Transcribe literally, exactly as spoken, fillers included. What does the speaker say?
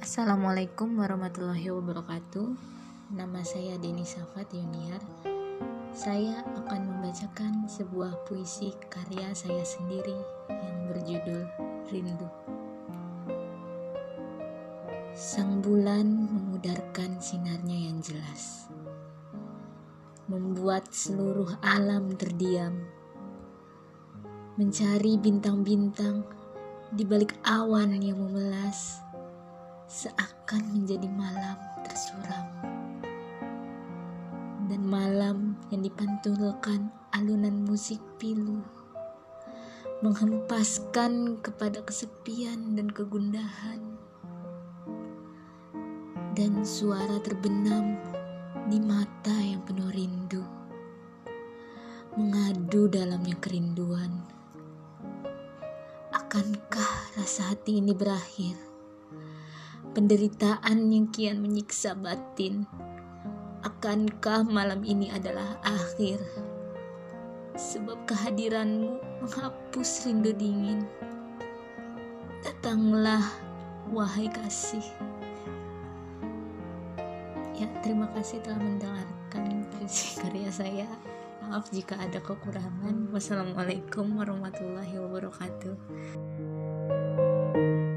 Assalamualaikum warahmatullahi wabarakatuh. Nama saya Deni Safat Yuniar. Saya akan membacakan sebuah puisi karya saya sendiri yang berjudul Rindu. Sang bulan memudarkan sinarnya yang jelas, membuat seluruh alam terdiam, mencari bintang-bintang di balik awan yang memelas, seakan menjadi malam tersuram. Dan malam yang dipantulkan alunan musik pilu, menghempaskan kepada kesepian dan kegundahan. Dan suara terbenam di mata yang penuh rindu, mengadu dalamnya kerinduan. Akankah rasa hati ini berakhir? Penderitaan yang kian menyiksa batin, akankah malam ini adalah akhir? Sebab kehadiranmu menghapus rindu dingin. Datanglah, wahai kasih. Ya, terima kasih telah mendengarkan puisi karya saya. Maaf jika ada kekurangan. Wassalamualaikum warahmatullahi wabarakatuh.